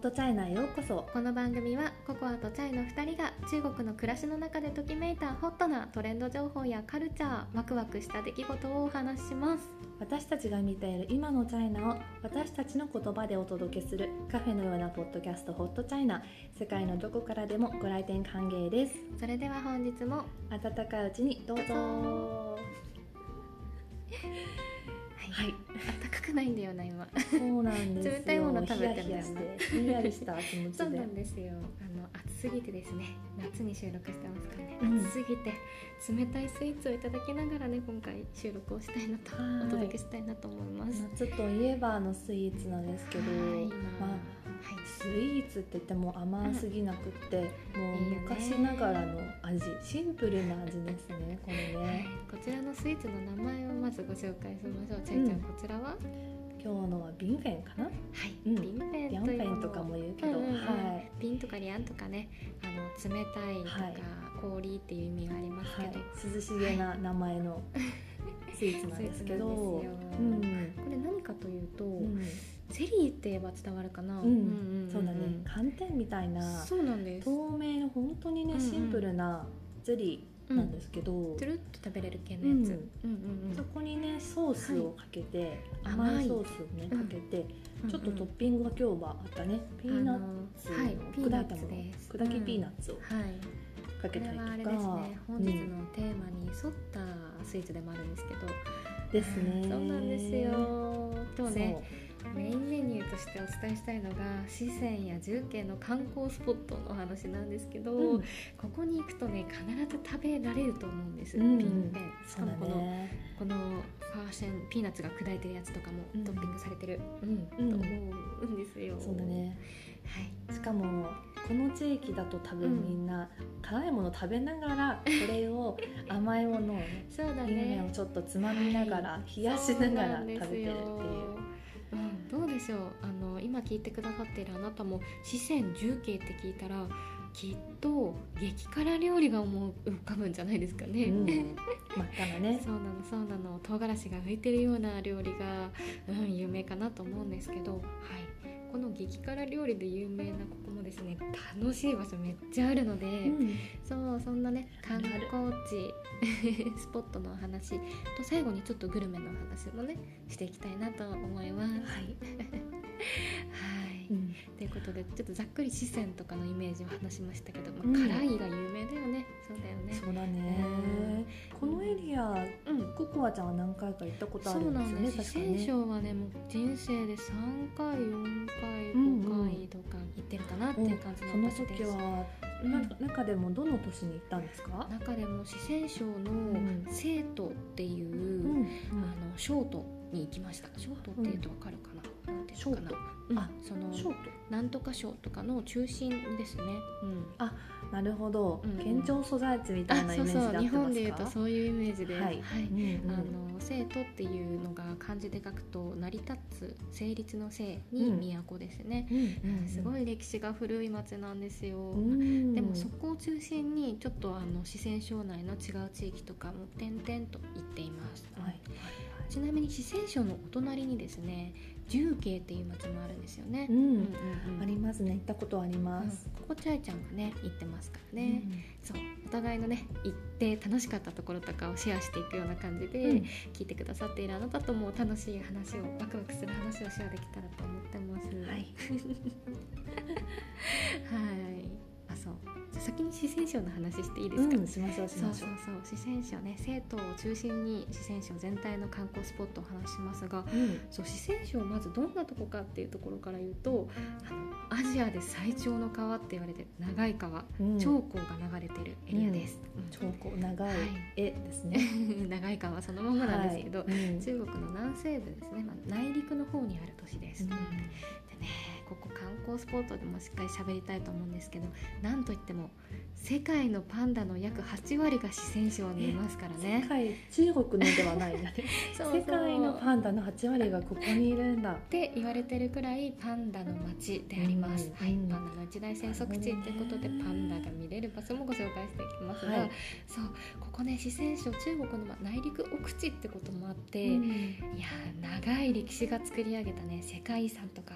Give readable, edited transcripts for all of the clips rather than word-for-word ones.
トチャイナへようこそ。 この番組はココアとチャイの2人が中国の暮らしの中でときめいたホットなトレンド情報やカルチャー、ワクワクした出来事をお話しします。 私たちが見ている今のチャイナを私たちの言葉でお届けするカフェのようなポッドキャストホットチャイナ。世界のどこからでもご来店歓迎です。 それでは本日も温かいうちにどうぞ。 はい、暖かくないんだよな今。 そうなんですよ。 冷たいもの食べてるんだよな。 ひんやりした気持ちで。 そうなんですよ。暑すぎてですね、夏に収録してますからね、暑すぎて冷たいスイーツをいただきながらね、今回収録をしたいなと、お届けしたいなと思います。 夏といえばスイーツなんですけど、スイーツって言っても甘すぎなくって、もう昔ながらの味、シンプルな味ですね、これね。 こちらのスイーツの名前をまずご紹介しましょう。チャイちゃん、こちらは今日のはビンフェンかな。 ビンフェンというの、 ビャンフェンとかも言うけど、 ビンとかリャンとかね、冷たいとか、氷っていう意味がありますけど、 涼しげな名前のスイーツなんですけど、これ何かというと、ゼリーって言えば伝わるかな。 そうだね、寒天みたいな、 そうなんです。 透明の本当にね、シンプルなゼリーなんですけど、 トゥルッと食べれる系のやつ。 そこにねソースをかけて、甘いソースをねかけて、ちょっとトッピングが今日はあったね、ピーナッツの砕いたもの、砕きピーナッツをかけたりとか、 これはあれですね、本日のテーマに沿ったスイーツでもあるんですけどですね。 そうなんですよ。今日ね、メインメニューとしてお伝えしたいのが四川や重慶の観光スポットのお話なんですけど、ここに行くとね、必ず食べられると思うんです、ピンフェン。しかもこのファーシェン、ピーナッツが砕いてるやつとかもトッピングされてる、と思うんですよ。 そうだね、しかもこの地域だと多分みんな辛いもの食べながら、これを甘いものをね、ピンフェンをちょっとつまみながら、冷やしながら食べてるっていう。 どうでしょう、今聞いてくださっているあなたも四川重慶って聞いたら、きっと激辛料理が浮かぶんじゃないですかね。 真っ赤なね。 そうなの唐辛子が浮いてるような料理が、有名かなと思うんですけど、この激辛料理で有名なここもですね、楽しい場所めっちゃあるので、そんなね、観光地スポットのお話と、最後にちょっとグルメのお話もねしていきたいなと思います。ということで、ちょっとざっくり四川とかのイメージを話しましたけど、辛いが有名だよね。 そうだね。このエリア、ココアちゃんは何回か行ったことあるんですよね。 四川省はね、もう人生で3回4回5回とか行ってるかなっていう感じの場所です。 その時は中でもどの都市に行ったんですか？ 中でも四川省の成都っていう省都に行きました。省都っていうと分かるかな。省都、そのなんとか省とかの中心ですね。 なるほど。県庁所在地みたいなイメージで合ってますか？ 日本でいうとそういうイメージで、成都っていうのが漢字で書くと成り立つ、成立の成に都ですね。すごい歴史が古い町なんですよ。でもそこを中心にちょっと四川省内の違う地域とかも点々と行っています。ちなみに四川省のお隣にですね、重慶っていう町もあるんですよね。 ありますね。行ったことあります。 ここチャイちゃんがね行ってますからね。そう、お互いのね行って楽しかったところとかをシェアしていくような感じで、聞いてくださっているあなたとも楽しい話を、ワクワクする話をシェアできたらと思ってます。先に四川省の話していいですか？ しましょう。 四川省ね、成都を中心に四川省全体の観光スポットを話しますが、四川省まずどんなとこかっていうところから言うと、アジアで最長の川って言われてる長い川、長江が流れてるエリアです。 長江、長い絵ですね。 長い川そのままなんですけど、中国の南西部ですね、内陸の方にある都市です。でね、ここ観光スポットでもしっかり喋りたいと思うんですけど、なんといっても世界のパンダの約8割が四川省にいますからね。 中国のではないんだね。世界のパンダの8割がここにいるんだって言われてるくらいパンダの街であります。パンダの一大生息地ということで、パンダが見れる場所もご紹介していきますが、ここね、四川省、中国の内陸奥地ってこともあって、いや長い歴史が作り上げたね、世界遺産とか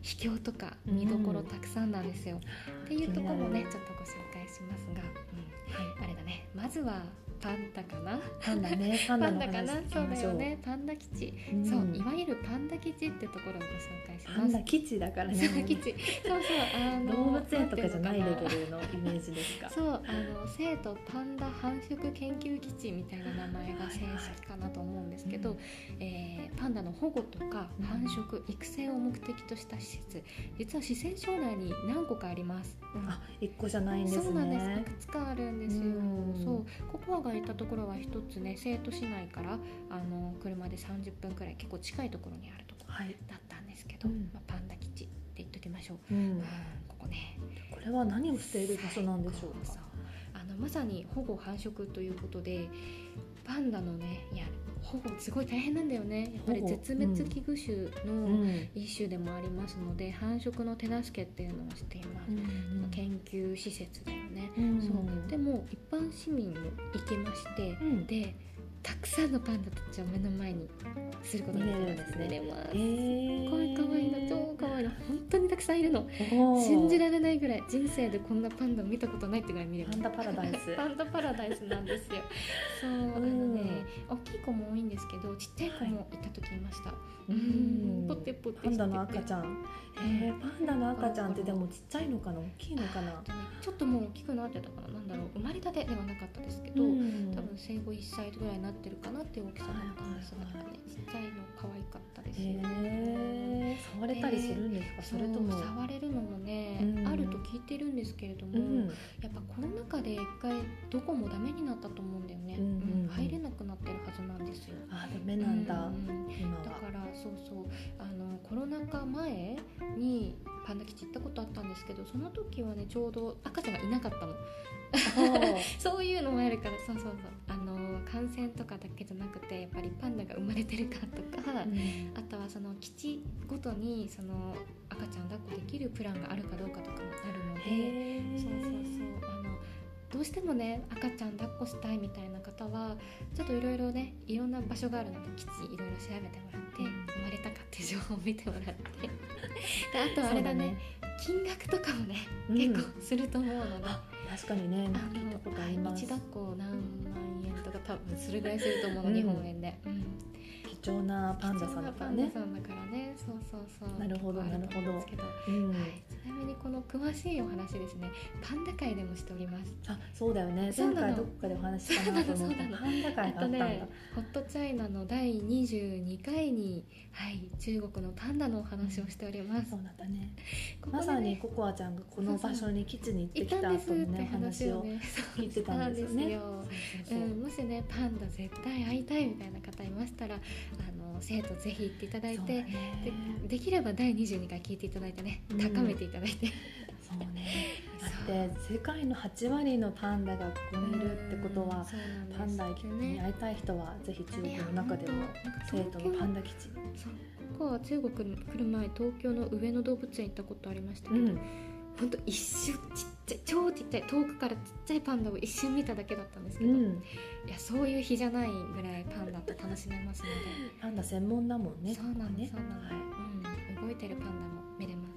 秘境とか見どころたくさんなんですよ、っていうところもねちょっとご紹介しますが、あれだね、まずはパンダかな。 パンダね、パンダの話かな。そうだよね、パンダ基地、そう、いわゆるパンダ基地ってところをご紹介します。 パンダ基地だからね。 基地、そう動物園とかじゃないレベルのイメージですか。 そう、成都パンダ繁殖研究基地みたいな名前が正式かなと思うんですけど、パンダの保護とか繁殖、育成を目的とした施設、実は四川省内に何個かあります。 あ、1個じゃないんですね。 そうなんです、いくつかあるんですよ。そう、ココアが行ったところは一つね、成都市内から車で30分くらい結構近いところにあるところだったんですけど、パンダ基地って言っときましょう。ここね、 これは何をしている場所なんでしょうか。 まさに保護繁殖ということで、パンダのね、いや保護すごい大変なんだよね。やっぱり絶滅危惧種の一種でもありますので、繁殖の手助けっていうのをしています、研究施設だよね、そうでも一般市民も行けまして、でたくさんのパンダたちを目の前にすることができますね。すごい可愛いの、超可愛いの、本当にたくさんいるの。信じられないぐらい、人生でこんなパンダを見たことないってぐらい見れる。 パンダパラダイス。 パンダパラダイスなんですよ。そう、大きい子も多いんですけど、ちっちゃい子もいた時いました。ポテポテしてて。 パンダの赤ちゃん。パンダの赤ちゃんってでもちっちゃいのかな、大きいのかな。 ちょっともう大きくなってたから、なんだろう、生まれたてではなかったですけど、多分生後1歳ぐらいになってるかなっていう大きさだったんですが、ちっちゃいの可愛かったですよ。 触れたりするんですか、それとも。 触れるのもね、あると聞いてるんですけれども、やっぱコロナ禍で一回どこもダメになったと思うんだよね。入れなくなってるはずなんですよ。 ダメなんだ。 今はだからそうそう、コロナ禍前にパンダ基地行ったことあったんですけど、その時はねちょうど赤ちゃんがいなかったの。そういうのもあるから、そう感染とかだけじゃなくて、やっぱりパンダが生まれてるかとか、あとはその基地ごとにその赤ちゃん抱っこできるプランがあるかどうかとかもあるので、どうしてもね赤ちゃん抱っこしたいみたいな方はちょっといろいろね、いろんな場所があるので、基地いろいろ調べてもらって、生まれたかっていう情報を見てもらってで、あとあれだね、金額とかもね、結構すると思うので、 確かにね、聞いたことあります。 一抱っこ何万円とか多分それぐらいすると思うの、日本円で。 貴重なパンダさんだからね。 そうなるほどなるほど。 ちなみにこの詳しいお話ですね、パンダ会でもしております。 あ、そうだよね。前回どこかでお話したなと思ったパンダ会があったんだ。 ホットチャイナの第22回に、中国のパンダのお話をしております。 そうだったね。まさにココアちゃんがこの場所に基地に行ってきた後のね、話を聞いてたんですよね。 もしねパンダ絶対会いたいみたいな方いましたら、生徒ぜひ行っていただいて、できれば第22回聞いていただいてね、高めていただいて。 そうね。だって世界の8割のパンダがここにいるってことは、パンダに会いたい人はぜひ中国の中でも生徒のパンダ基地。 ここは中国に来る前、東京の上野動物園行ったことありましたけど、本当一瞬ちっちゃい、超ちっちゃい、遠くからちっちゃいパンダを一瞬見ただけだったんですけど、いやそういう日じゃないぐらいパンダと楽しめますので。 パンダ専門だもんね。 そうなんです、動いてるパンダも見れます。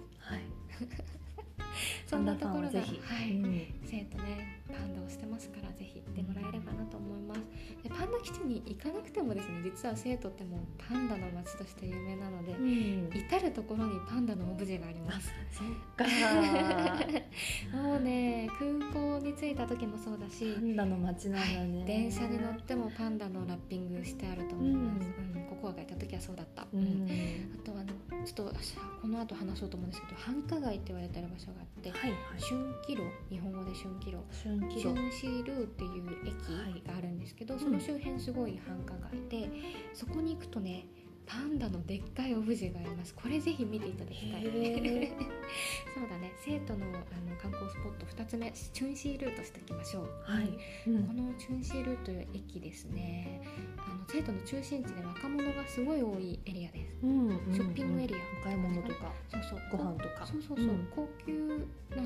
そんなところが、生徒ねパンダをしてますから、ぜひ行ってもらえればなと思います。でパンダ基地に行かなくてもですね、実は生徒ってもうパンダの街として有名なので、至る所にパンダのオブジェがあります。 そっかもうね、空港に着いた時もそうだし、 パンダの街なんだね。 電車に乗ってもパンダのラッピングしてあると思います。ココアがいた時はそうだった。あとはちょっとこの後話そうと思うんですけど、繁華街って言われてる場所があって、春季路、日本語で春季路、春シールーっていう駅があるんですけど、その周辺すごい繁華街で、そこに行くとね、パンダのでっかいオブジェがあります。これぜひ見ていただきたい。そうだね、生徒の観光スポット2つ目、チュンシールーとしておきましょう。このチュンシールーという駅ですね、生徒の中心地で若者がすごい多いエリアです。ショッピングエリア、 お買い物とか、ご飯とか、 高級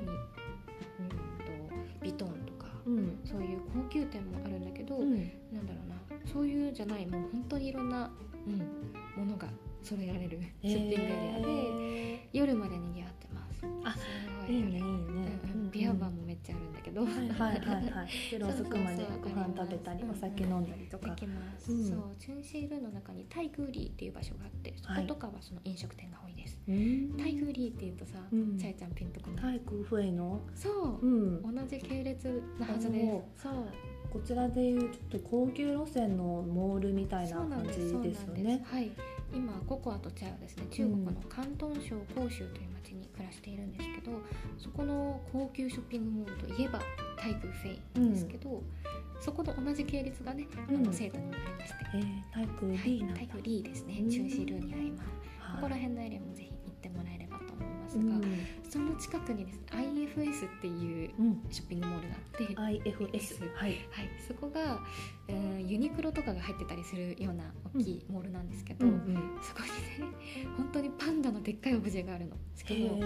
ビトンとか、そういう高級店もあるんだけど、なんだろうな、そういうじゃない、もう本当にいろんな、ものが揃えられるショッピングエリアで、夜までにぎわってます。 あ、いいねいいね、 ビアバーもめっちゃあるんだけど、 はいはいはい、夜遅くまでご飯食べたりお酒飲んだりとかできます。そう、チュンシールの中にタイグーリーっていう場所があって、そことかはその飲食店が多いです。タイグーリーっていうとさ、チャイちゃんピンとこない？ タイグーフェイの、 そう、同じ系列のはずです。そう、 こちらでいうちょっと高級路線のモールみたいな感じですよね。 はい、今ココアとチャイはですね、中国の広東省広州という町に暮らしているんですけど、そこの高級ショッピングモールといえばタイグーフェイなんですけど、そこと同じ系列がね、生徒にもありまして、 タイグーリーなんだ。 タイグーリーですね、チュンシールーには今、ここら辺のエリアもぜひ行ってもらえればと思いますが、その近くにですね IFS っていうショッピングモールがあって、 IFS、はい、 そこが、ユニクロとかが入ってたりするような大きいモールなんですけど、そこにね本当にパンダのでっかいオブジェがあるの。しかも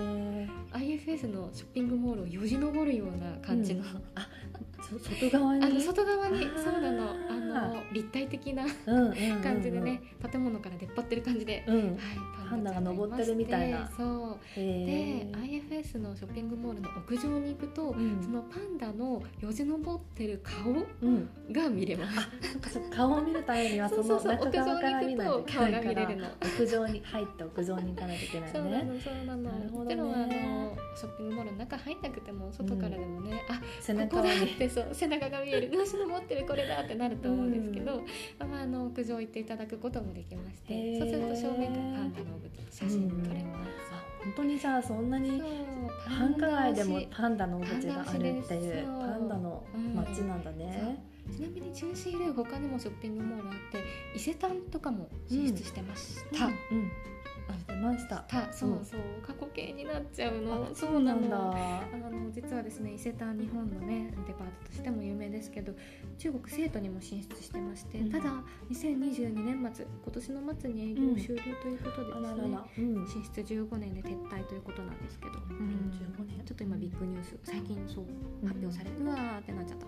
IFS のショッピングモールをよじ登るような感じの、 外側にそうなの、立体的な感じでね、建物から出っ張ってる感じで、 パンダが登ってるみたいな。 そうで IFS のショッピングモールの屋上に行くと、そのパンダのよじ登ってる顔が見れます。 顔を見るためにはその中側から見ないといけないから、屋上に入って屋上に行かないといけないね。 そうなの。もちろんショッピングモールの中入んなくても外からでもね、 背中ここだって背中が見える、よし登ってるこれだってなると思うんですけど、屋上行っていただくこともできまして、そうすると正面からパンダの写真撮れます。 本当にじゃあそんなに繁華街でもパンダのオブジェがあるっていうパンダの街なんだね。 ちなみにチュンシールー他にもショッピングモールあって、伊勢丹とかも進出してました。 出ました。 そう過去形になっちゃうの。 そうなんだ。 実はですね、伊勢丹日本のねデパートとしても有名ですけど、中国成都にも進出してまして、ただ2022年末、今年の末に営業終了ということでですね、進出15年で撤退ということなんですけど、15年ちょっと今ビッグニュース最近そう発表されて、うわーってなっちゃった。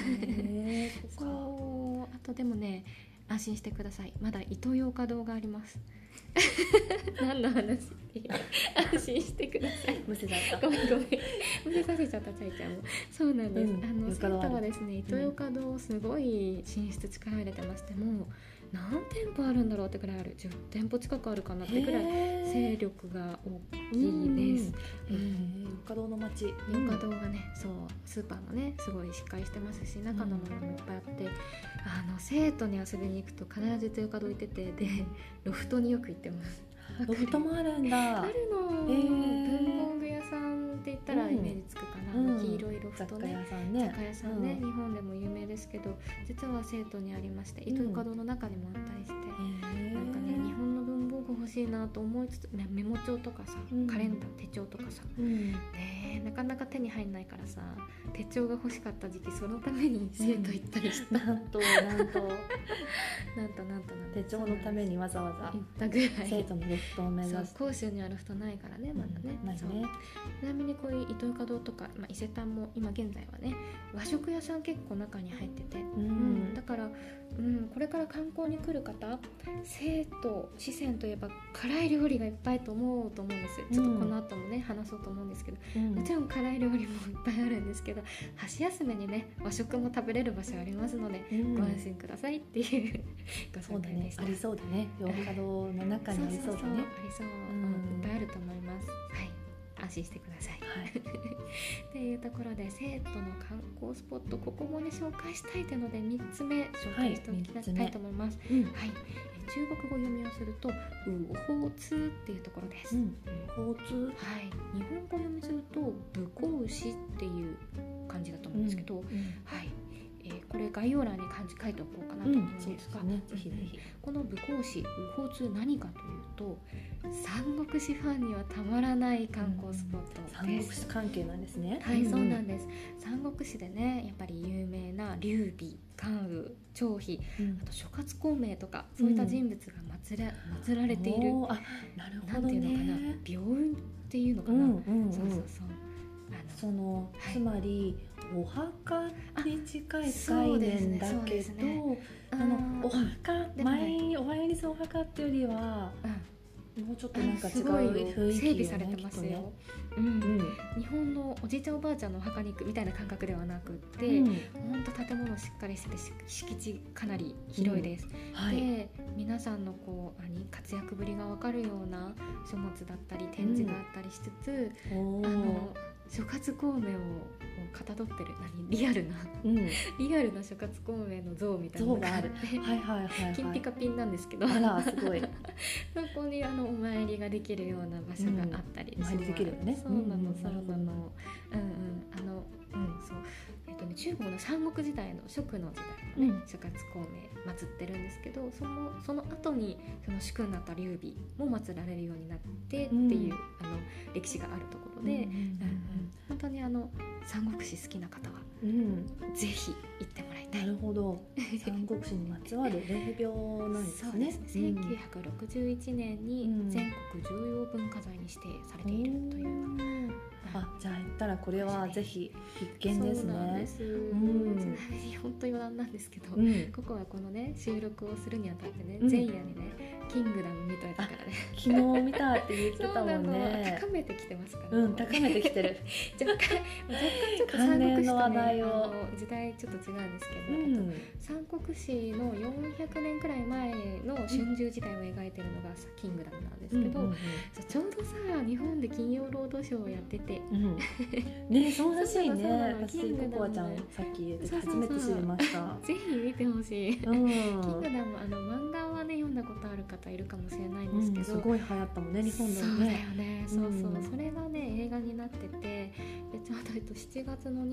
そう、あとでもね、安心してください、まだイトーヨーカドーがあります。何の話っていう、安心してください。 むせちゃった。 ごめんむせさせちゃったチャイちゃんも。そうなんです。センターはですね、イトーヨーカドーすごい進出力入れてまして、もう何店舗あるんだろうってくらいある、10店舗近くあるかなってくらい勢力が大きいです。 ヨーカドーの街、ヨーカドーがね、そうスーパーもねすごいしっかりしてますし、中のものもいっぱいあって、生徒に遊びに行くと必ずヨーカドー行ってて、でロフトによく行ってます。 ロフトもあるんだ。 あるの。文房具屋さんって言ったらイメージつくかな。黄色いロフトね。雑貨屋さんね、日本でも有名ですけど、実は生徒にありまして、イトーヨーカドーの中にもあったりして、なんかね、日本の文房具欲しいなと思いつつ、メモ帳とかさ、カレンダー、手帳とかさ、ね、なかなか手に入んないからさ、手帳が欲しかった時期、そのために生徒行ったりした。 なんと手帳のためにわざわざ行ったぐらい生徒のロフトを目指す。 広州にあるロフトないからね、まだね。ちなみにこういうイトーヨーカドーとか、伊勢丹も今現在はね、和食屋さん結構中に入ってて、だから、これから観光に来る方、四川といえば辛い料理がいっぱいと思うんです。ちょっとこの後もね話そうと思うんですけど、もちろん辛い料理もいっぱいあるんですけど、箸休めにね和食も食べれる場所ありますので、ご安心くださいっていうご紹介でした。 ありそうだね、ヨーカドーの中にありそうだね。 ありそう、いっぱいあると思います。はい、安心してください。っていうところで、生徒の観光スポット、ここもね紹介したいというので3つ目紹介しておきたいと思います。中国語読みをすると武法通っていうところです。 武法通、 日本語読みすると武功師っていう感じだと思うんですけど、これ概要欄に漢字書いておこうかなと思うんですが、ぜひぜひ。この武功師、武法通、何かというと、三国志ファンにはたまらない観光スポットです。 三国志関係なんですね。 はい、そうなんです。三国志でね、やっぱり有名な劉備、関羽、張飛、あと諸葛孔明とか、そういった人物が祀られている、 なるほどね、 なんていうのかな、病院っていうのかな、 つまりお墓に近い概念だけど、お墓、前お参り水を測ってよりは、もうちょっとなんか違う雰囲気、 整備されてますよ、日本のおじいちゃんおばあちゃんのお墓に行くみたいな感覚ではなくって、本当建物しっかりしてて敷地かなり広いです、で皆さんのこう活躍ぶりが分かるような書物だったり展示があったりしつつ、諸葛孔明をかたどってるリアルな諸葛孔明の像みたいなのがある金ピカピンなんですけど、 あらすごいそこにお参りができるような場所があったりします、 お参りできるよね。 そうなのそうなの、そう中国の三国時代の蜀の時代のね、諸葛孔明祀ってるんですけど、その後にその主君になった劉備も祀られるようになってっていう、歴史があるところで、本当に三国志好きな方は、ぜひ行ってもらいたい。 なるほど。三国志にまつわる霊廟なんですね。 そうですね。1961年に全国重要文化財に指定されているという。 じゃあ行ったらこれはぜひ必見ですね。 そうなんです。本当余談なんですけど、ここはこのね収録をするにあたってね、前夜にねキングダム見といたからね。 昨日見たって言ってたもんね。 高めてきてますからね。 高めてきてる。 若干ちょっと三国志とね時代ちょっと違うんですけど、三国志の400年くらい前の春秋時代を描いてるのがキングダムなんですけど、ちょうどさ日本で金曜ロードショーをやってて、 ね、そうらしいね。私ココアちゃんさっき初めて知りました。 ぜひ見てほしい。キングダム漫画はね読んだことある方いるかもしれないんですけど、 すごい流行ったもんね日本でもね。 そうだよね。そうそれがね映画になってて、でちょうど7月の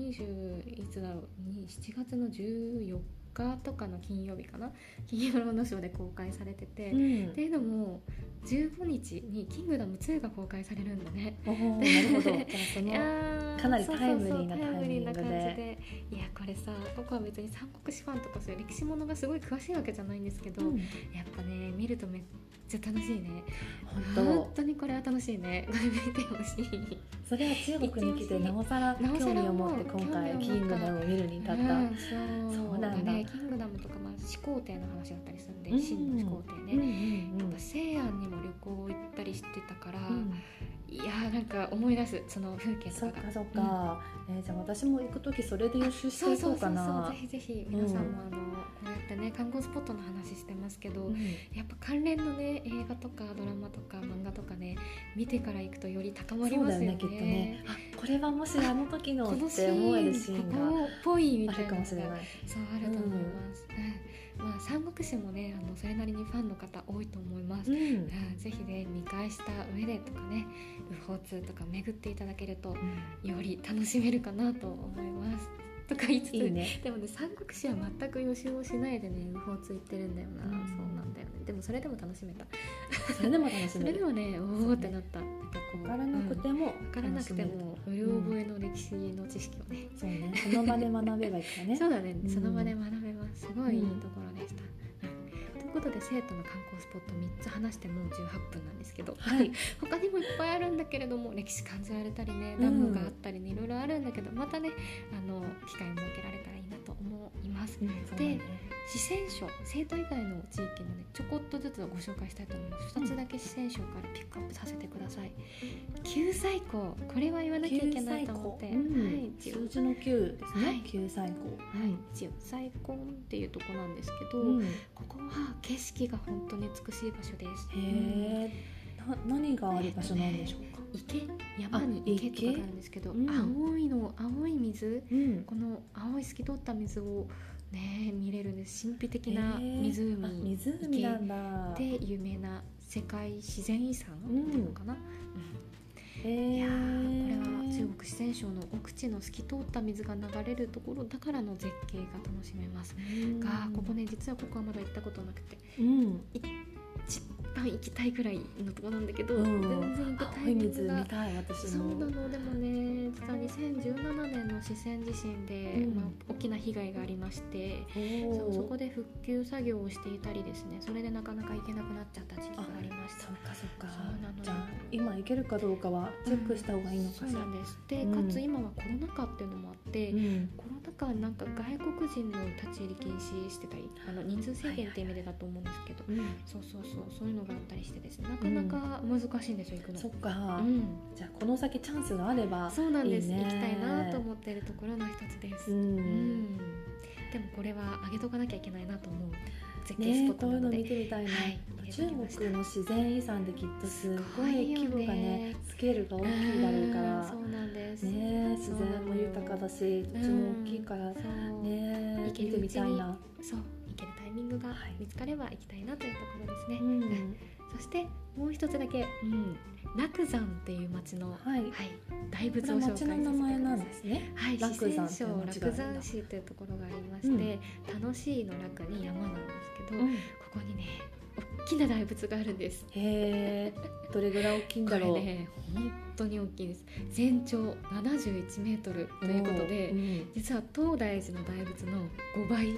7月の14日とかの金曜日かな、金曜ロードショーで公開されてて、っていうのも15日にキングダム2が公開されるんだね。 なるほど。じゃあそのかなりタイムリーなタイミングで、 いやこれさ、ここは別に三国志ファンとかそういう歴史ものがすごい詳しいわけじゃないんですけど、やっぱね見るとめっちゃ楽しいね。本当にこれは楽しいね。これ見てほしい。 それは中国に来てなおさら興味を持って今回キングダムを見るに至った。 そうなんだね。キングダムとか始皇帝の話だったりするんで、秦の始皇帝ね。やっぱ西安にも旅行行ったりしてたから、いやなんか思い出すその風景とかが。 そっか。じゃあ私も行くときそれで予習していこうかな。 ぜひぜひ皆さんもこうやってね観光スポットの話してますけど、やっぱ関連のね映画とかドラマとか漫画とかね見てから行くとより高まりますよね。 そうだよねきっとね。これはもしあの時のって思えるシーンがぽいみたいなあるかもしれない。 そうあると思います。三国志もねそれなりにファンの方多いと思います。ぜひね見返した上でとかね右方通とか巡っていただけると、より楽しめるかなと思いますとか言いつつ、でもね三国志は全く予習をしないでね右方通行ってるんだよな。そうなんだよね。でもそれでも楽しめた。 それでも楽しめる。 それでもねおおってなった。 分からなくてもうる覚えの歴史の知識をね、 そうね、その場で学べばいいからね。 そうだね、その場で学べます。すごいいいところでした。ということで生徒の観光スポット3つ話してもう18分なんですけど、他にもいっぱいあるんだけれども、歴史感じられたりね、ダムがあったりね、いろいろあるんだけど、またね機会を設けられたらいいなと思います。で四川省、生徒以外の地域のねちょこっとずつご紹介したいと思います。2つだけ四川省からピックアップさせてください。九寨溝、これは言わなきゃいけないと思って、 数字の9ですね。九寨溝、 九寨溝っていうとこなんですけど、ここは景色が本当に美しい場所です。 へー。何がある場所なんでしょうか。 池、山に池とかがあるんですけど、青い水、この青い透き通った水をね見れるんです。神秘的な湖なんだで有名な世界自然遺産っていうのかな。いやこれは中国四川省の奥地の透き通った水が流れるところだからの絶景が楽しめますが、ここね実はここはまだ行ったことなくて、行っ一番行きたいくらいのところなんだけど、 全然行くタイミングが、 見たい私も。 そうなの。でもね、実は2017年の四川地震で、大きな被害がありまして、そこで復旧作業をしていたりですね、それでなかなか行けなくなっちゃった時期がありました。 そっか。じゃあ今行けるかどうかはチェックした方がいいのかしら。 そうなんです。で、かつ今はコロナ禍っていうのもあって、コロナ禍なんか外国人の立ち入り禁止してたり、人数制限って意味でだと思うんですけど、そういうのがあったりしてですね、なかなか難しいんですよ、行くの。 そっか、じゃあこの先チャンスがあればいいね。 そうなんです。行きたいなと思っているところの一つです。でもこれは上げとかなきゃいけないなと思う絶景スポットなので、 こういうの見てみたいね。中国の自然遺産できっとすごい規模がね、スケールが大きいだろうから。 そうなんですね。自然も豊かだし、土地も大きいからね、見てみたいな。 そう、行けるタイミングが見つかれば行きたいなというところですね。そしてもう一つだけ、楽山っていう町の、大仏を紹介させてください。 町の名前なんですね。 四川省楽山市というところがありまして、楽しいの楽に山なんですけど、ここにね大きな大仏があるんです。 へー、どれぐらい大きいんだろう。 これね、本当に大きいです。全長71メートルということで、実は東大寺の大仏の5倍。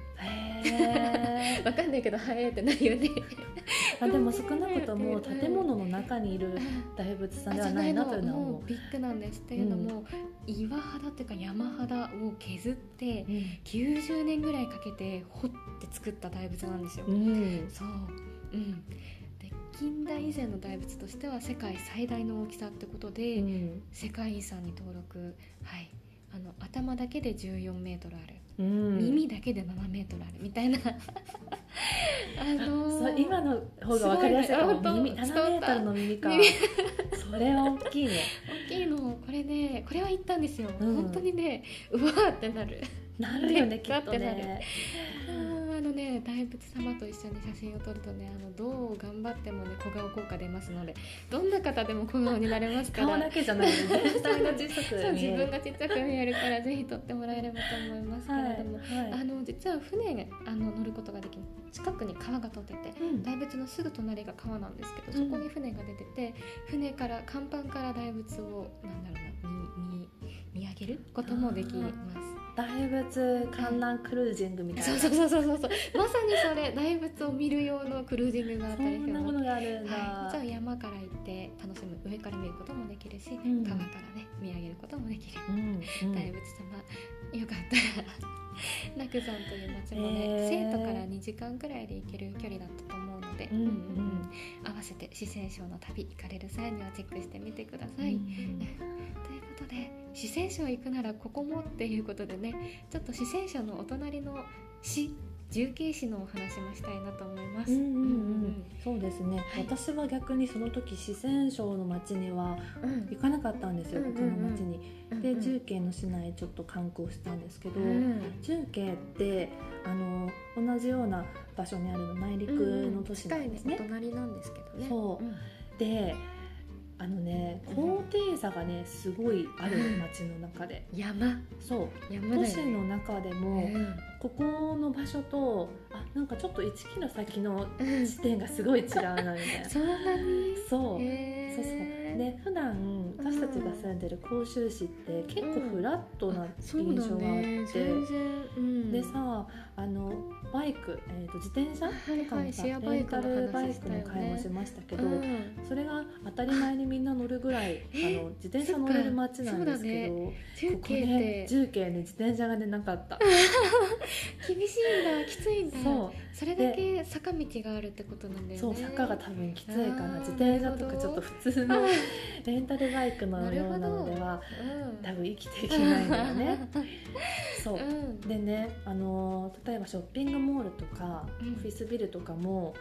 わかんないけどってなるよね。 でも少なくとも建物の中にいる大仏さんではないなというのはもうビッグなんです。っていうのも、岩肌っていうか山肌を削って、90年ぐらいかけて掘って作った大仏なんですよ。そう、で近代以前の大仏としては世界最大の大きさってことで、世界遺産に登録。頭だけで14メートルある、耳だけで7メートルあるみたいな今の方が分かりやすいかも。7メートルの耳か。それは大きいね。 大きいの。これね、これは言ったんですよ。本当にね、うわーってなるよね、きっとね。 大仏様と一緒に写真を撮るとね、どう頑張ってもね小顔効果出ますので、どんな方でも小顔になれますから。 顔だけじゃないので、全体が小さく見える。 自分がちっちゃく見えるからぜひ撮ってもらえればと思いますけれども、実は船乗ることができる。近くに川が通ってて、大仏のすぐ隣が川なんですけど、そこに船が出てて、船から甲板から大仏を見上げることもできます。 大仏観覧クルージングみたいな。 そうまさにそれ。大仏を見る用のクルージングがあったりする。 そんなものがあるんだ。 じゃあ山から行って楽しむ、上から見ることもできるし、川からね見上げることもできる。大仏様、よかったら楽山という町もね、成都から2時間くらいで行ける距離だったと思うので、合わせて四川省の旅行かれる際にはチェックしてみてください。ということで、四川省行くならここもっていうことでね、ちょっと四川省のお隣の市、重慶市のお話もしたいなと思います。 そうですね、私は逆にその時四川省の町には行かなかったんですよ、他の町に。で、重慶の市内ちょっと観光したんですけど、重慶って同じような場所にある内陸の都市なんですね。 近いね、隣なんですけどね。 そうで、高低差がねすごいある街の中で、そう都市の中でも、ここの場所となんかちょっと1キロ先の地点がすごい違うなみたいな。 そんなに？ そうで、普段私たちが住んでる広州市って結構フラットな印象があって、でさ、バイク、自転車とかもさ、レンタルバイクの会もしましたけど、それが当たり前にみんな乗るぐらい自転車乗れる街なんですけど、ここね、重慶に自転車が出なかった。 厳しいんだ、きついんだ。それだけ坂道があるってことなんだよね。 そう、坂が多分きついから、自転車とかちょっと普通のレンタルバイクのようなのでは多分生きていけないんだよね。そうでね、例えばショッピングモールとかオフィスビルとかも、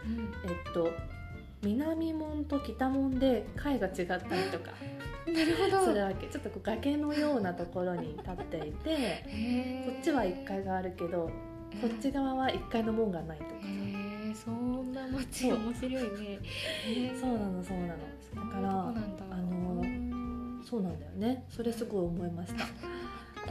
南門と北門で階が違ったりとかするわけ。ちょっと崖のようなところに立っていてこっちは1階があるけどこっち側は1階の門がないとか。 そんな街面白いね。 そうなの。だからそうなんだよね。それすごい思いました。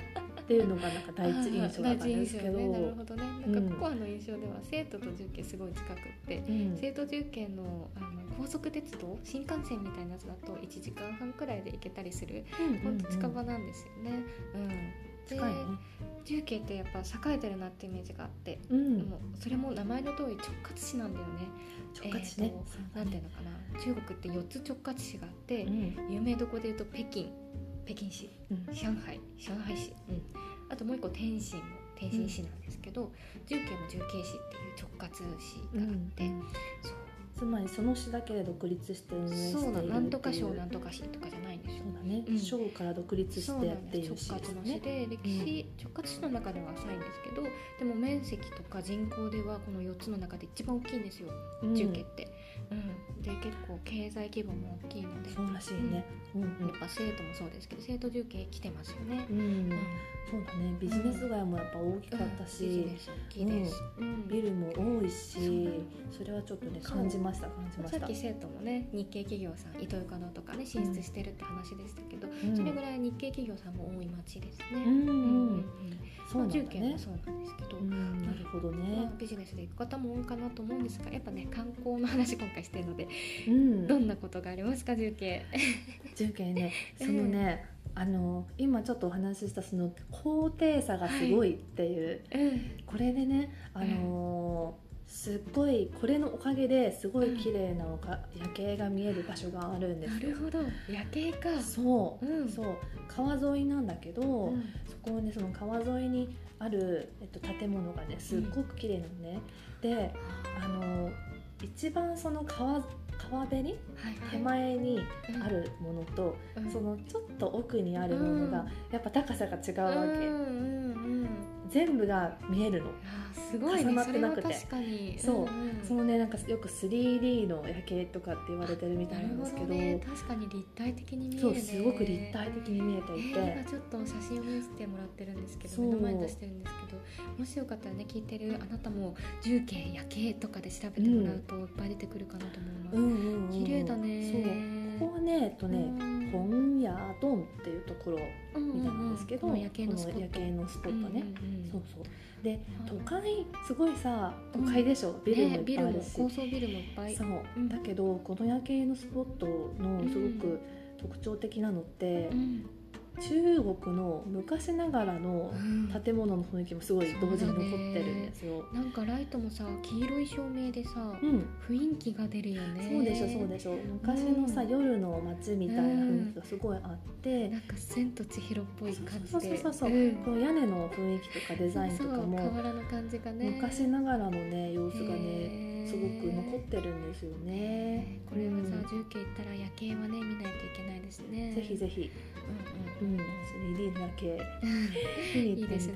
っていうのがなんか第一印象だったんですけど、 なるほどね。なんかココアの印象では生徒と重慶すごい近くって、生徒重慶の高速鉄道新幹線みたいなやつだと1時間半くらいで行けたりする、ほんと近場なんですよね。で近いね。重慶ってやっぱ栄えてるなってイメージがあって、もうそれも名前の通り直轄市なんだよね。 直轄市ね。 なんていうのかな、中国って4つ直轄市があって、有名どこでいうと北京市、上海市、あともう一個天津市なんですけど、重慶も重慶市っていう直轄市があって、そうつまりその市だけで独立して運営しているっていう、 そうなんとか省なんとか市とかじゃないんですよ。 そうだね、省から独立してやっている市直轄の市で、歴史、直轄市の中では浅いんですけど、でも面積とか人口ではこの4つの中で一番大きいんですよ、重慶って。で結構経済規模も大きいので、 そうらしいね。 やっぱ生徒もそうですけど、生徒重慶来てますよね。 そうだね、ビジネス街もやっぱ大きかったし、 ビジネス大きいです。 ビルも多いし、それはちょっとね感じました。 さっき生徒もね、日系企業さん、イトーヨーカドーとかね進出してるって話でしたけど、それぐらい日系企業さんも多い町ですね。そう重慶もそうなんですけど、 なるほどね。 ビジネスで行く方も多いかなと思うんですが、やっぱね観光の話今回してるので、どんなことがありますか、重慶。 重慶ね、そのね、今ちょっとお話ししたその高低差がすごいっていう、これでね、すっごいこれのおかげですごい綺麗な夜景が見える場所があるんですよ。 なるほど、夜景か。 そう、川沿いなんだけど、そこね、その川沿いにある、建物がねすっごく綺麗なのね。で、一番その川辺に、手前にあるものと、そのちょっと奥にあるものがやっぱ高さが違うわけ。全部が見えるの。 すごいね、 重なってなくて、 それは確かに。 そのね、なんかよく 3D の夜景とかって言われてるみたいなんですけど、 確かに立体的に見えるね。 そう、すごく立体的に見えていて、 今ちょっと写真を見せてもらってるんですけど、目の前に出してるんですけど、もしよかったらね、聞いてるあなたも重慶夜景とかで調べてもらうといっぱい出てくるかなと思います。綺麗だね。 そう、ここはね、本屋ドンっていうところみたいなんですけど、 夜景のスポットね。 そうで、都会すごいさ、都会でしょ、ビルもいっぱいあるし、 高層ビルもいっぱい。 そう、だけどこの夜景のスポットのすごく特徴的なのって、中国の昔ながらの建物の雰囲気もすごい同時に残ってるんですよ。 なんかライトもさ、黄色い照明でさ、雰囲気が出るよね。 そうでしょ。昔のさ、夜の街みたいな雰囲気がすごいあって、 なんか千と千尋っぽい感じで、 そう、この屋根の雰囲気とかデザインとかも瓦の感じがね、 昔ながらのね様子がねすごく残ってるんですよね。 これはさ、重慶行ったら夜景はね見ないといけないですね。 ぜひぜひ。3D の夜景見に行ってみてほしい。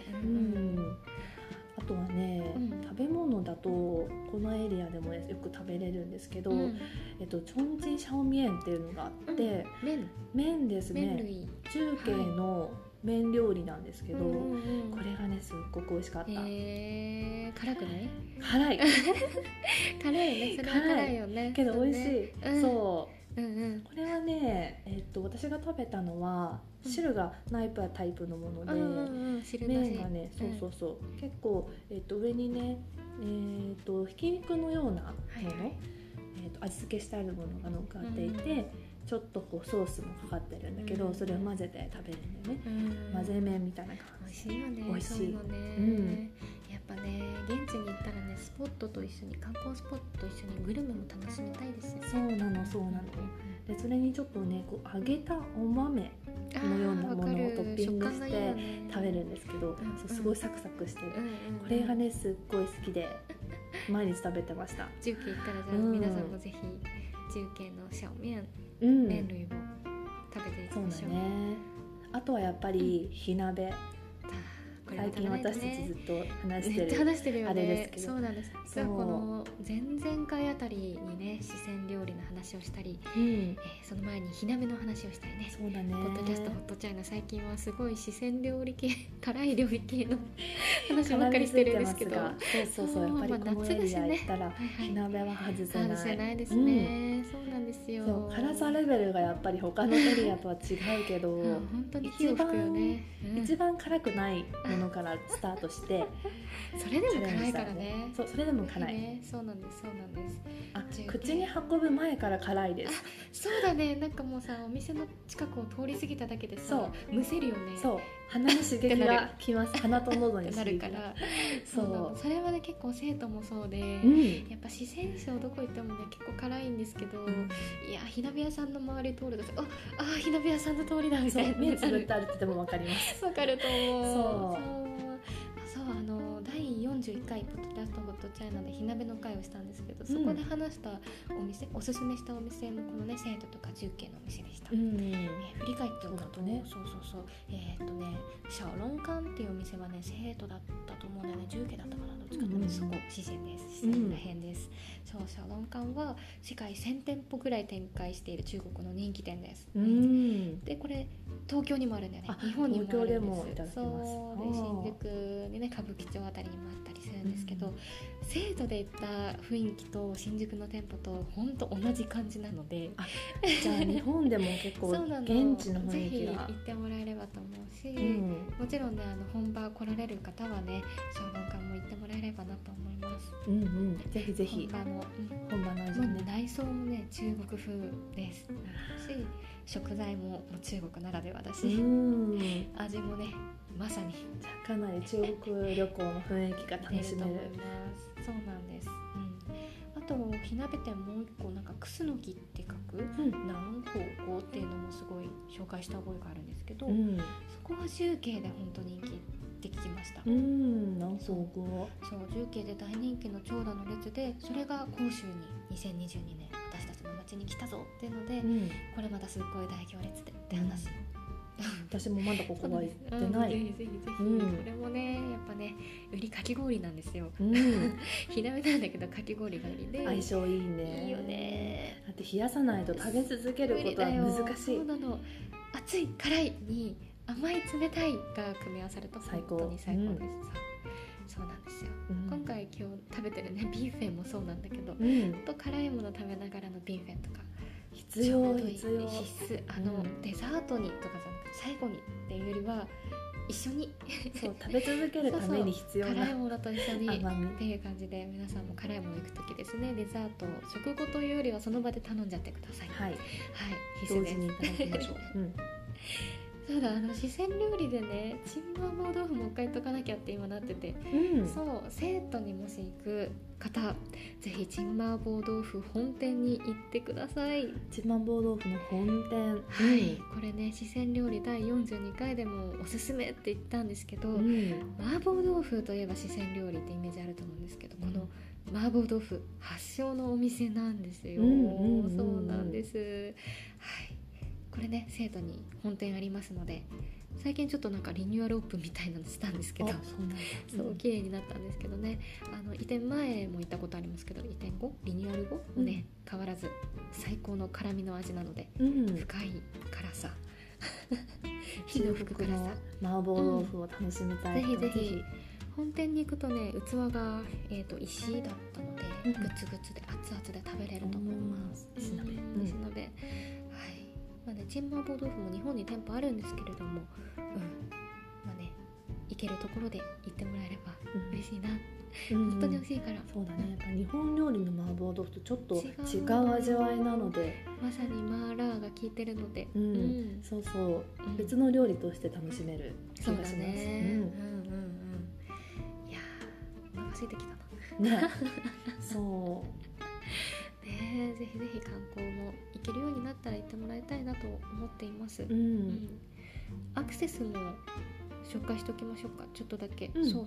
あとはね、食べ物だとこのエリアでもよく食べれるんですけど、チョンジンシャオミエンっていうのがあって、麺ですね。重慶の麺料理なんですけど、これがねすっごく美味しかった。 辛くない？ 辛い辛いよね。それは辛いよね。 けど美味しい。そう。これはね、私が食べたのは汁がナイパータイプのもので、麺がね、そう結構、上にね、ひき肉のようなもの、味付けしてあるものが乗っかっていて、ちょっとこうソースもかかってるんだけど、それを混ぜて食べるんだよね。混ぜ麺みたいな感じ。 美味しいよね。 美味しい。 やっぱね、現地に行ったらね、スポットと一緒に、観光スポットと一緒にグルメも楽しみたいですよね。 そうなの。で、それにちょっとね、こう揚げたお豆のようなものをトッピングして食べるんですけど、すごいサクサクしてる。これがねすっごい好きで毎日食べてました。 重慶行ったら、じゃあ皆さんもぜひ重慶のシャオミエン、麺類を食べていきましょう。 そうだね。あとはやっぱり火鍋。 最近私たちずっと話してる、 めっちゃ話してるよね。 あれですけど、 そうなんです。実はこの前々回あたりにね、四川料理の話をしたり、その前に火鍋の話をしたりね。 そうだね。 ポッドキャストホットチャイナ、最近はすごい四川料理系、辛い料理系の話ばっかりしてるんですけど、 そうやっぱりこのエリア行ったら火鍋は外せないですね。そうなんですよ。 そう、辛さレベルがやっぱり他のエリアとは違うけど、 本当に火を吹くよね。 一番辛くないものからスタートしてそれでも辛いからね。 そう、それでも辛い。 そうなんです。 口に運ぶ前から辛いです。 そうだね。なんかもうさ、お店の近くを通り過ぎただけでさ、むせるよね。 そう、鼻に刺激がきます。鼻と喉に刺激がなるから。そう、それはね結構生徒もそうで、やっぱ四川省どこ行ってもね結構辛いんですけど、いや火鍋屋さんの周り通ると火鍋屋さんの通りだみたいな。 目つぶって歩いてても分かります。 分かると思う。そう第41回ポッドキャストホットチャイナで火鍋の会をしたんですけど、そこで話したお店、おすすめしたお店もこのね生徒とか重慶のお店でした。振り返っておくとね、小龍館っていうお店はね生徒だったと思うんだよね。重慶だったかな、どっちかというとそこ四川です。四川ら辺です。小龍館は世界1000店舗ぐらい展開している中国の人気店です。でこれ東京にもあるんだよね。日本にもあるんです。そうで新宿にね歌舞伎町あたりにもあったりするんですけど、生徒で行った雰囲気と新宿の店舗と本当同じ感じなので、 じゃあ日本でも結構現地の雰囲気がぜひ行ってもらえればと思うし、もちろんね本場来られる方はね小龍館も行ってもらえればなと思います。 ぜひぜひ本場の味ね。 内装もね中国風ですし、食材も中国ならではだし、味もねまさにかなり中国旅行の雰囲気が楽しめる。 そうなんです。あと火鍋店もう一個なんかクスノキって書く南方向っていうのもすごい紹介した覚えがあるんですけど、そこは重慶で本当に人気って聞きました。 南方向。 そう重慶で大人気の長蛇の列で、それが広州に2022年私たちの町に来たぞっていうので、これまたすっごい大行列でって話。 私もまだここは行ってない。 ぜひこれもねやっぱね売りかき氷なんですよ。火鍋なんだけどかき氷が売りで相性いいね。 いいよね。 だって冷やさないと食べ続けることは難しい。 そうなの。熱い辛いに甘い冷たいが組み合わさると本当に最高です。そうなんですよ。今回今日食べてるねビーフェンもそうなんだけど、と辛いもの食べながらのビーフェンとか必須デザートにとか最後にっていうよりは一緒にそう食べ続けるために必要な辛いものと一緒にっていう感じで、皆さんも辛いもの行くときですね、デザート食後というよりはその場で頼んじゃってください。必須です。 同時にいただきましょう。 そうだ、四川料理でねチンマーボー豆腐もう一回言っとかなきゃって今なってて、そう生徒にもし行く方ぜひチンマーボー豆腐本店に行ってください。 チンマーボー豆腐の本店、 これね四川料理第42回でもおすすめって言ったんですけど、麻婆豆腐といえば四川料理ってイメージあると思うんですけど、この麻婆豆腐発祥のお店なんですよ。そうなんです。これね生徒に本店ありますので、最近ちょっとなんかリニューアルオープンみたいなのしたんですけど、そう綺麗になったんですけどね、移転前も行ったことありますけど、移転後リニューアル後もね、変わらず最高の辛みの味なので、深い辛さ火の吹く辛さ麻婆豆腐を楽しみたい。 ぜひ本店に行くとね器が、石だったので、グツグツで熱々で食べれると思います。石鍋ですので、チンマーボー豆腐も日本に店舗あるんですけれども、行けるところで行ってもらえれば嬉しいな。本当に美味しいから。 そうだね。やっぱ日本料理の麻婆豆腐とちょっと違う味わいなので、 まさにマーラーが効いてるので、 そうそう、別の料理として楽しめる気がします。いやお腹空いてきたな。 ね、そうぜひ観光も行けるようになったら行ってもらいたいなと思っています。アクセスも紹介しておきましょうか、ちょっとだけ。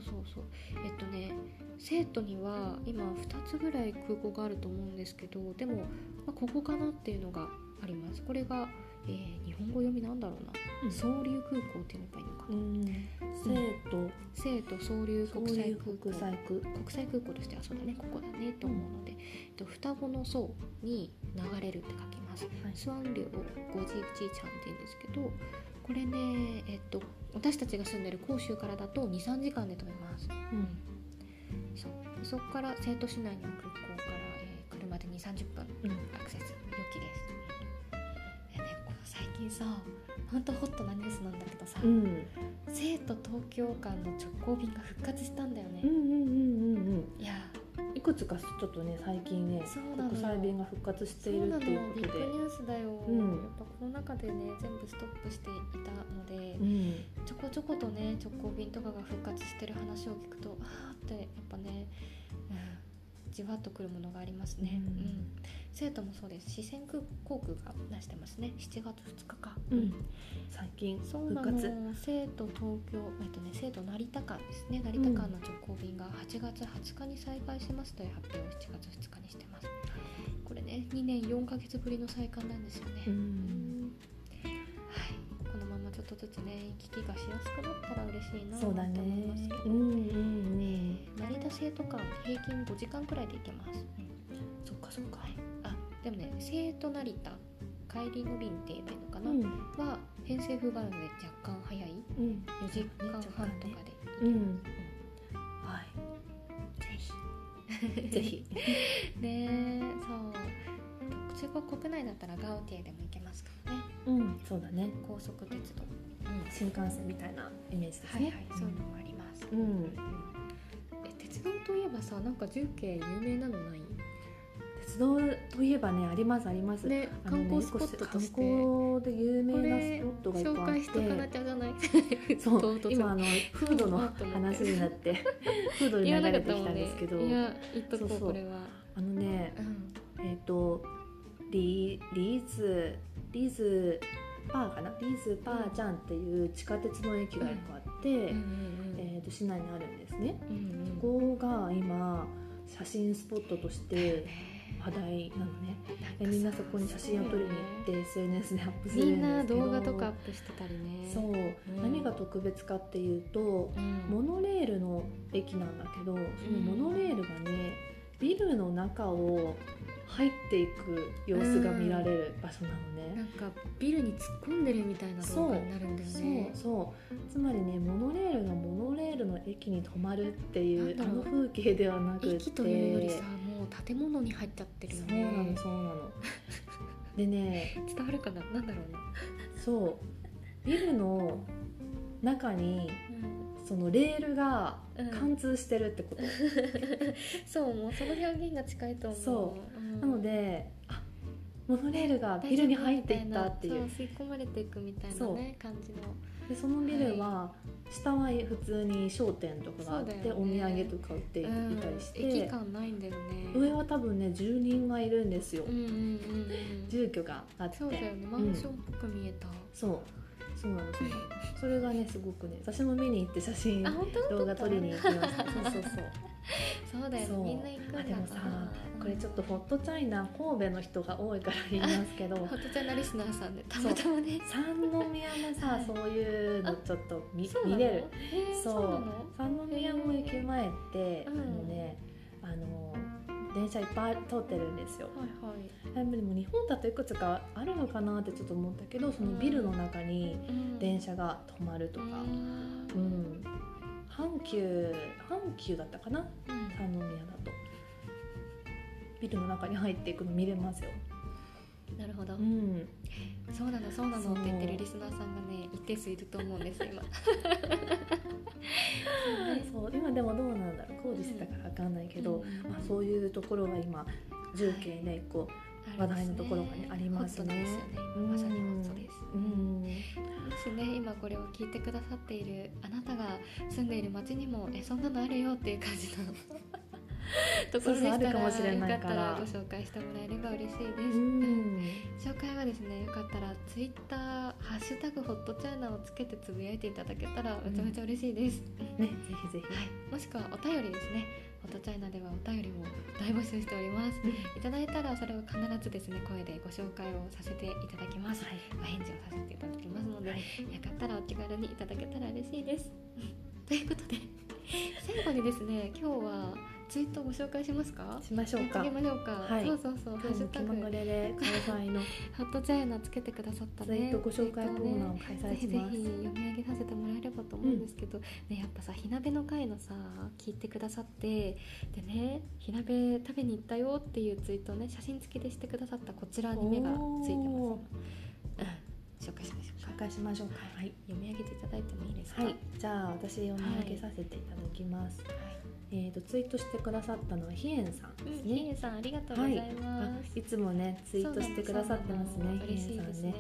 生徒には今2つぐらい空港があると思うんですけど、でも、ここかなっていうのがあります。これが日本語読みなんだろうな、双流空港っていうのがいいのかな、成都双流国際空港としてはそうだね、ここだねと思うので、双子の層に流れるって書きます。スワン流をゴジジちゃんって言うんですけど、これね、私たちが住んでる広州からだと 2,3 時間で飛べます。そこから成都市内の空港から、車で 2,30 分、アクセス良きです。最近さ、本当ホットなニュースなんだけどさ、成都東京間の直行便が復活したんだよね。いや、 いくつかちょっとね最近ね国際便が復活しているっていうことで、 ビッグニュースだよ、やっぱコロナ禍でね全部ストップしていたので、ちょこちょことね直行便とかが復活してる話を聞くと、あーってやっぱね、じわっとくるものがありますね。成都もそうです。四川航空が出してますね。7月2日か、 最近復活。成都東京、成都成田間ですね。成田間の直行便が8月20日に再開しますという発表を7月2日にしてます。これね、2年4ヶ月ぶりの再開なんですよね。このままちょっとずつね行き来がしやすくなったら嬉しいなと思いますけど、成田成都間平均5時間くらいで行けます。 そっかそっか。 でもね、成都成田帰りの便って言えばいいのかな、は偏西風があるので若干早い、4時間半とかで行けます。 ぜひね、そう、中国国内だったらガウティエでも行けますからね。 そうだね。 高速鉄道、 新幹線みたいなイメージですね。 そういうのもあります。鉄道といえばさ、なんか重慶有名なのない？ 鉄道といえばね、ありますあります。 ね、観光スポットとして観光で有名なスポットがいっぱいあって、 紹介しとかなきゃじゃない。 そう今フードの話になってフードに流れてきたんですけど、 いや言っとこう。これはリーズパーかな、リーズパージャンっていう地下鉄の駅が1個あって、市内にあるんですね。そこが今写真スポットとして話題なのね。みんなそこに写真を撮りに行って SNS でアップするんですけど、 みんな動画とかアップしてたりね。 そう、何が特別かっていうと、モノレールの駅なんだけど、そのモノレールがね、ビルの中を入っていく様子が見られる場所なのね。 なんかビルに突っ込んでるみたいな動画になるんだよね。 そうつまりね、モノレールがモノレールの駅に止まるっていうあの風景ではなくて、 駅というよりさ、もう建物に入っちゃってるよね。 そうなのでね、 伝わるかな、なんだろうな。 そうビルの中に、そのレールが貫通してるってこと、 そう、もうその表現が近いと思う。 そう、なので、モノレールがビルに入っていったっていう、 吸い込まれていくみたいなね感じの。 でそのビルは、下は普通に商店とかがあって、お土産とか売っていたりして、 駅感ないんだよね。 上は多分ね住人がいるんですよ。住居があって、 そうだよね、マンションっぽく見えた。 そうなの。それがねすごくね、私も見に行って写真動画撮りに行きました。 そうだよね、みんな行くんだ。 でもさ、これちょっとホットチャイナ神戸の人が多いから言いますけど、 ホットチャイナリスナーさんでたまたまね、 三宮もさ、そういうのちょっと見れる。そう三宮も駅前って電車いっぱい通ってるんですよ。でも日本だといくつかあるのかなってちょっと思ったけど、そのビルの中に電車が止まるとか、阪急だったかな、三宮だとビルの中に入っていくの見れますよ。 なるほど、そうなのって言ってるリスナーさんがね一定数いると思うんです今。 そう今でもどうなんだろう、工事してたから分かんないけど、そういうところが今重慶で一個話題のところが、ね、ありますね。 まさにホットです。もしね今これを聞いてくださっているあなたが住んでいる町にもそんなのあるよっていう感じのところでしたら、よかったらご紹介してもらえれば嬉しいです。紹介はですね、よかったらツイッターハッシュタグホットチャイナをつけてつぶやいていただけたらめちゃめちゃ嬉しいです。 ね、ぜひぜひ、 もしくはお便りですね、 ホットチャイナではお便りも大募集しております。いただいたらそれを必ずですね、声でご紹介をさせていただきます。お返事をさせていただきますので、よかったらお気軽にいただけたら嬉しいです。ということで最後にですね、今日はツイートをご紹介しますか？ しましょうか。 やってみましょうか。はい、そうそうそう。 ハッシュタグで関西のホットチャイナつけてくださったね。 ツイートご紹介コーナーを開催します。 ぜひ読み上げさせてもらえればと思うんですけど、ね、やっぱさ、火鍋の回のさ聞いてくださって、でね、火鍋食べに行ったよっていうツイートをね、写真付きでしてくださったこちらに目がついてます。紹介しましょうか。 紹介しましょうか。はい、 読み上げていただいてもいいですか？ はい、じゃあ私読み上げさせていただきます。ツイートしてくださったのはひえんさんですね。 ひえんさん、ありがとうございます。 いつもねツイートしてくださってますね。 嬉しいですね。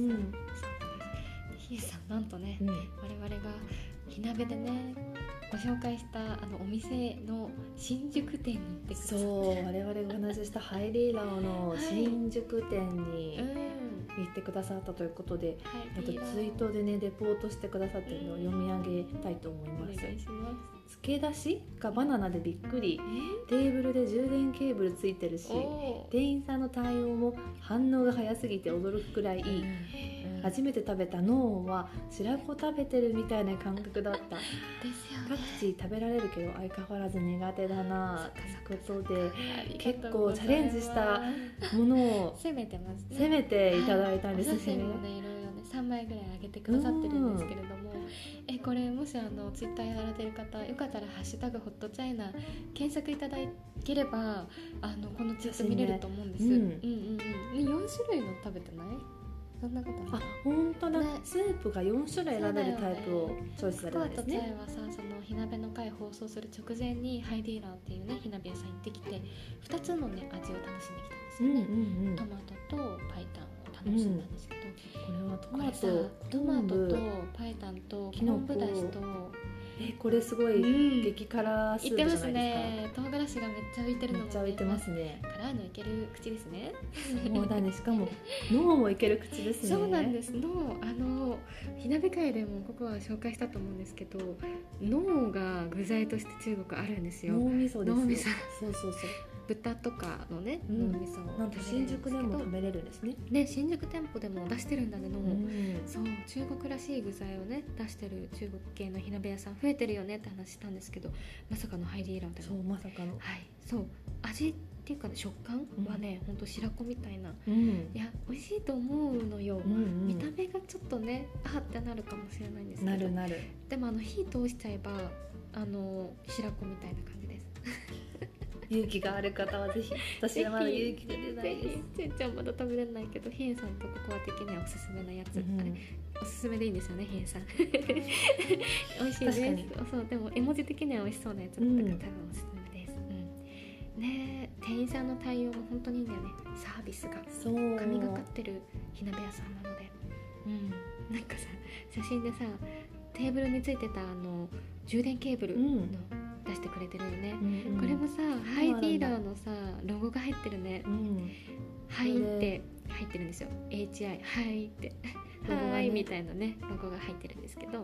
ひえんさん、なんとね、我々が火鍋でねご紹介したお店の新宿店に行ってくださって、 そう、我々がお話ししたハイディーラオの新宿店に行ってくださったということで、ツイートでねレポートしてくださってるのを読み上げたいと思います。 お願いします。 付け出しがバナナでびっくり、テーブルで充電ケーブルついてるし、店員さんの対応も反応が早すぎて驚くくらいいい、初めて食べたノーは白子食べてるみたいな感覚だったですよね。 パクチー食べられるけど相変わらず苦手だなということで、結構チャレンジしたものを攻めてますね。 攻めていただいたんですね。 お写真もね、いろいろね3枚ぐらい上げてくださってるんですけれども、これもしツイッターやられてる方よかったらハッシュタグホットチャイナ検索いただければこのツイート見れると思うんです。4種類の食べてない？そんなことある？ 本当だ、スープが4種類選べるタイプをチョイスされるんですね。 福岡とチャイはさ、その火鍋の回放送する直前にハイディーラーっていうね火鍋屋さん行ってきて、2つのね味を楽しんできたんですよね。トマトとパイタンを楽しんだんですけど、 これはトマトとパイタンと昆布だしと、 これすごい激辛スープじゃないですか。 ね、唐辛子がめっちゃ浮いてるのも、 めっちゃ浮いてますね。 辛いのいける口ですね。 そうだね、しかも脳もいける口ですね。 そうなんです。脳、火鍋会でもここは紹介したと思うんですけど、脳が具材として中国あるんですよ。 脳味噌です。 脳味噌。 そうそうそう。 豚とかのね、脳味噌をなんと新宿でも食べれるんですね。 新宿店舗でも出してるんだね、脳。そう、中国らしい具材をね出してる中国系の火鍋屋さん増えてるよねって話したんですけど、まさかのハイディーラーでも。 そう、まさかの。 はい、そう、味っていうか、ね、食感はね、ほんと白子みたいな、いや美味しいと思うのよ。見た目がちょっとねってなるかもしれないんですけど、 なる。 でも火通しちゃえば白子みたいな感じです。 勇気がある方はぜひ。私はまだ勇気が出ないです。 ちんちゃんまだ食べれないけど、ひえんさんとココア的にはおすすめなやつ、あれおすすめでいいんですよね、ひえんさん。美味しいです。そう、でも絵文字的には美味しそうなやつだったから多分おすすめです。ね、店員さんの対応も本当にいいんだよね。サービスが神がかってる火鍋屋さんなので、なんかさ、写真でさテーブルについてた充電ケーブルの出してくれてるよね。これもさ、ハイディーラーのさロゴが入ってるね。はいって入ってるんですよ。HI はいってはいみたいなねロゴが入ってるんですけど、そう、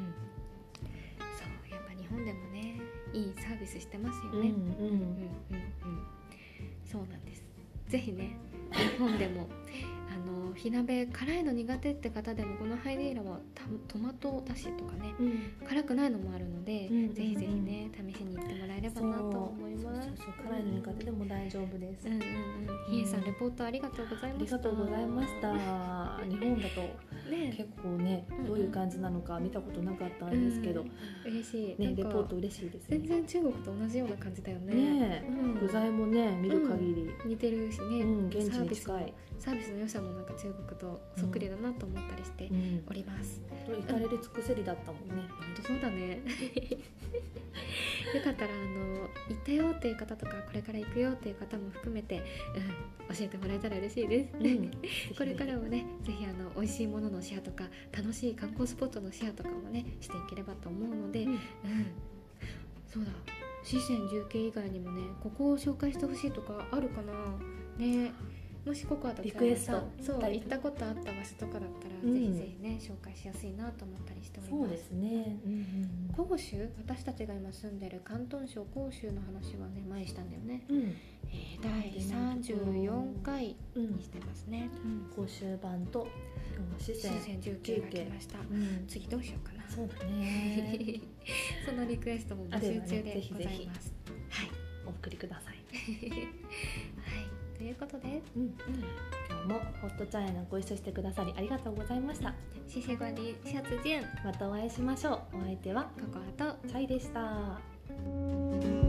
やっぱ日本でもねいいサービスしてますよね。そうなんです。ぜひね、日本でも火鍋辛いの苦手って方でもこのハイディーラはトマトだしとかね、辛くないのもあるので、ぜひぜひね試しに行ってもらえればなと思います。 そう辛いの苦手でも大丈夫です。 ひえさん、レポートありがとうございました。 ありがとうございました。日本だと結構ねどういう感じなのか見たことなかったんですけど、 嬉しいね、レポート嬉しいですね。 全然中国と同じような感じだよね。 具材もね見る限り似てるしね、 現地に近いサービスの良さもなんか中国とそっくりだなと思ったりしております。 至れり尽くせりだったもんね。 本当そうだね。よかったら行ったよっていう方とかこれから行くよっていう方も含めて、教えてもらえたら嬉しいです。これからもねぜひ美味しいもののシェアとか楽しい観光スポットのシェアとかもねしていければと思うので、そうだ、四川重慶以外にもねここを紹介してほしいとかあるかなね。 もしココアとリクエストそう行ったことあった場所とかだったら、ぜひぜひね紹介しやすいなと思ったりしております。 そうですね、 広州、私たちが今住んでる広東省広州の話はね前したんだよね、第34回にしてますね、 広州版と四川重慶が来ました、次どうしようかな。 そうだねそのリクエストも募集中でございます。 はい、お送りくださいはい、ということで、 今日もホットチャイナご一緒してくださりありがとうございました。 谢谢光臨、下次見。 またお会いしましょう。お相手はココアとチャイでした。